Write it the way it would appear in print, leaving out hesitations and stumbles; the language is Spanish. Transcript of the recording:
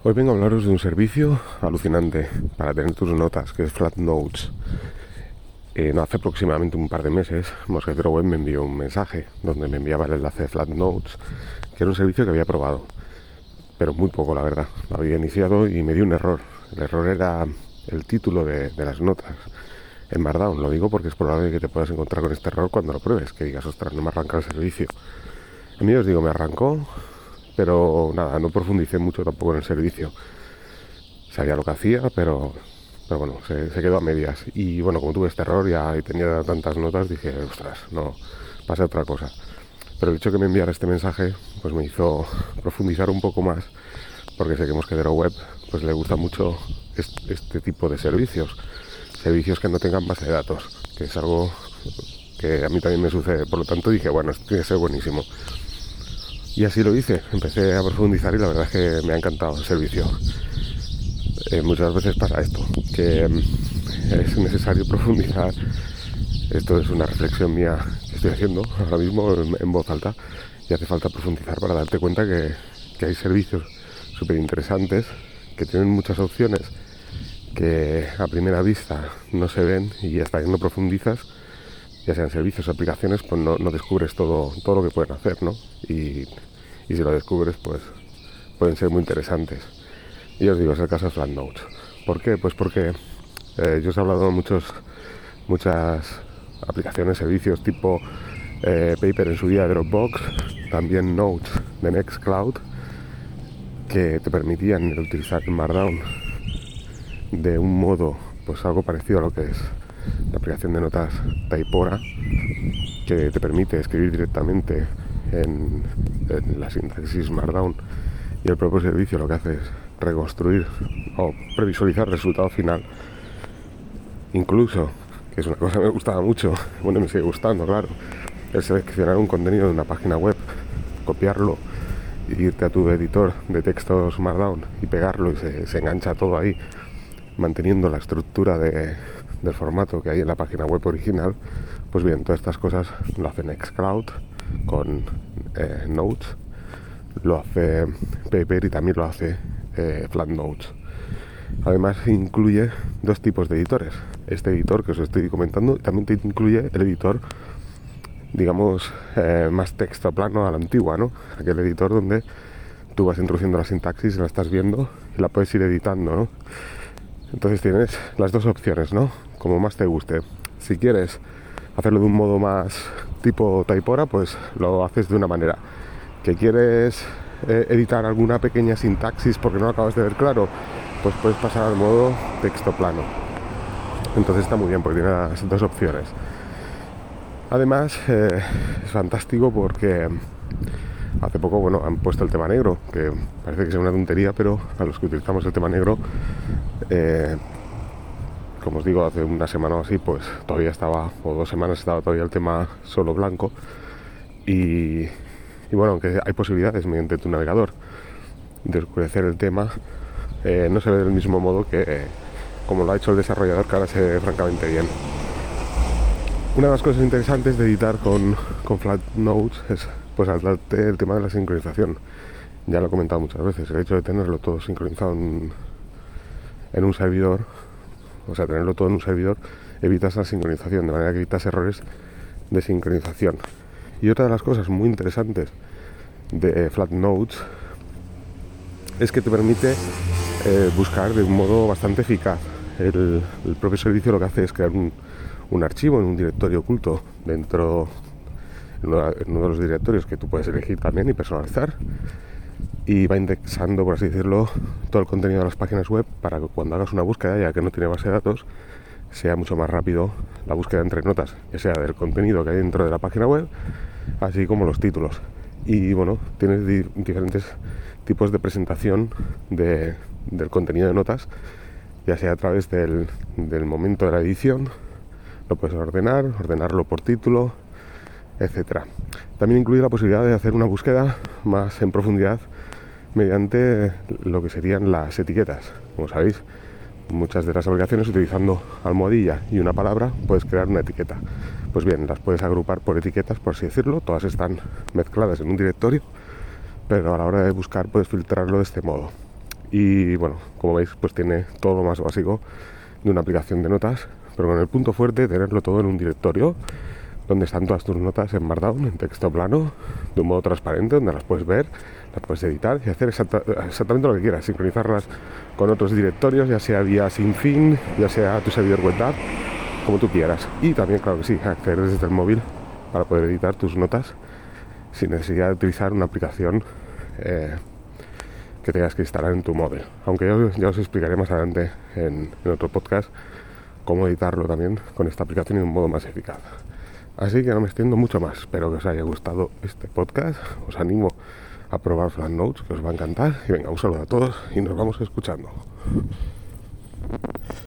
Hoy vengo a hablaros de un servicio alucinante para tener tus notas, que es Flatnotes. No hace aproximadamente un par de meses, Mosquetero Web me envió un mensaje donde me enviaba el enlace de Flatnotes, que era un servicio que había probado, pero muy poco, la verdad. Lo había iniciado y me dio un error. El error era el título de las notas en Markdown. Lo digo porque es probable que te puedas encontrar con este error cuando lo pruebes, que digas, ostras, no me arranca el servicio. A mí os digo, me arrancó, pero nada, no profundicé mucho tampoco en el servicio. Sabía lo que hacía, pero bueno, se quedó a medias. Y bueno, como tuve este error ya y tenía tantas notas, dije, ostras, no, pasa otra cosa. Pero el hecho de que me enviara este mensaje, pues me hizo profundizar un poco más, porque sé que Mosquetero Web pues le gusta mucho este tipo de servicios que no tengan base de datos, que es algo que a mí también me sucede. Por lo tanto dije, bueno, esto tiene que ser buenísimo. Y así lo hice, empecé a profundizar y la verdad es que me ha encantado el servicio. Muchas veces pasa esto, que es necesario profundizar. Esto es una reflexión mía que estoy haciendo ahora mismo en voz alta, y hace falta profundizar para darte cuenta que hay servicios súper interesantes, que tienen muchas opciones que a primera vista no se ven, y hasta que no profundizas, ya sean servicios o aplicaciones, pues no descubres todo lo que pueden hacer, ¿no? Y si lo descubres, pues pueden ser muy interesantes. Y os digo, es el caso de Flatnotes. ¿Por qué? Pues porque yo os he hablado de muchas aplicaciones, servicios tipo Paper en su día de Dropbox, también Notes de Nextcloud, que te permitían utilizar Markdown de un modo pues algo parecido a lo que es la aplicación de notas Typora, que te permite escribir directamente en la sintaxis Markdown, y el propio servicio lo que hace es reconstruir o previsualizar el resultado final. Incluso, que es una cosa que me gustaba mucho, bueno, me sigue gustando, claro, el seleccionar un contenido de una página web, copiarlo y irte a tu editor de textos Markdown y pegarlo, y se engancha todo ahí, manteniendo la estructura del formato que hay en la página web original. Pues bien, todas estas cosas lo hace Nextcloud con Notes, lo hace Paper y también lo hace Flatnotes. Además incluye dos tipos de editores. Este editor que os estoy comentando también te incluye el editor, digamos, más texto plano a la antigua, ¿no? Aquel editor donde tú vas introduciendo la sintaxis, la estás viendo y la puedes ir editando, ¿no? Entonces tienes las dos opciones, ¿no? Como más te guste. Si quieres hacerlo de un modo más tipo Typora, pues lo haces de una manera. Que quieres editar alguna pequeña sintaxis porque no lo acabas de ver claro, pues puedes pasar al modo texto plano. Entonces está muy bien porque tiene las dos opciones. Además es fantástico porque hace poco, bueno, han puesto el tema negro, que parece que es una tontería, pero a los que utilizamos el tema negro, como os digo, hace una semana o así, pues todavía estaba, o 2 semanas estaba todavía el tema solo blanco. Y bueno, aunque hay posibilidades mediante tu navegador de oscurecer el tema, no se ve del mismo modo que como lo ha hecho el desarrollador, que ahora se ve francamente bien. Una de las cosas interesantes de editar con Flatnotes es pues saltarte el tema de la sincronización. Ya lo he comentado muchas veces, el hecho de tenerlo todo sincronizado en un servidor, o sea, tenerlo todo en un servidor, evitas la sincronización, de manera que evitas errores de sincronización. Y otra de las cosas muy interesantes de Flatnotes es que te permite buscar de un modo bastante eficaz. El propio servicio lo que hace es crear un archivo en un directorio oculto dentro, en uno de los directorios que tú puedes elegir también y personalizar, y va indexando, por así decirlo, todo el contenido de las páginas web para que cuando hagas una búsqueda, ya que no tiene base de datos, sea mucho más rápido la búsqueda entre notas, ya sea del contenido que hay dentro de la página web, así como los títulos. Y bueno, tienes diferentes tipos de presentación del contenido de notas, ya sea a través del momento de la edición, lo puedes ordenarlo por título, etcétera. También incluye la posibilidad de hacer una búsqueda más en profundidad mediante lo que serían las etiquetas. Como sabéis, muchas de las aplicaciones, utilizando almohadilla y una palabra, puedes crear una etiqueta. Pues bien, las puedes agrupar por etiquetas, por así decirlo, todas están mezcladas en un directorio, pero a la hora de buscar puedes filtrarlo de este modo. Y bueno, como veis, pues tiene todo lo más básico de una aplicación de notas, pero con el punto fuerte de tenerlo todo en un directorio donde están todas tus notas en Markdown, en texto plano, de un modo transparente, donde las puedes ver, las puedes editar y hacer exactamente lo que quieras, sincronizarlas con otros directorios, ya sea vía sin fin, ya sea tu servidor web app, como tú quieras. Y también, claro que sí, acceder desde el móvil para poder editar tus notas sin necesidad de utilizar una aplicación que tengas que instalar en tu móvil. Aunque ya os explicaré más adelante en otro podcast cómo editarlo también con esta aplicación de un modo más eficaz. Así que no me extiendo mucho más. Espero que os haya gustado este podcast. Os animo a probar Flatnotes, que os va a encantar. Y venga, un saludo a todos y nos vamos escuchando.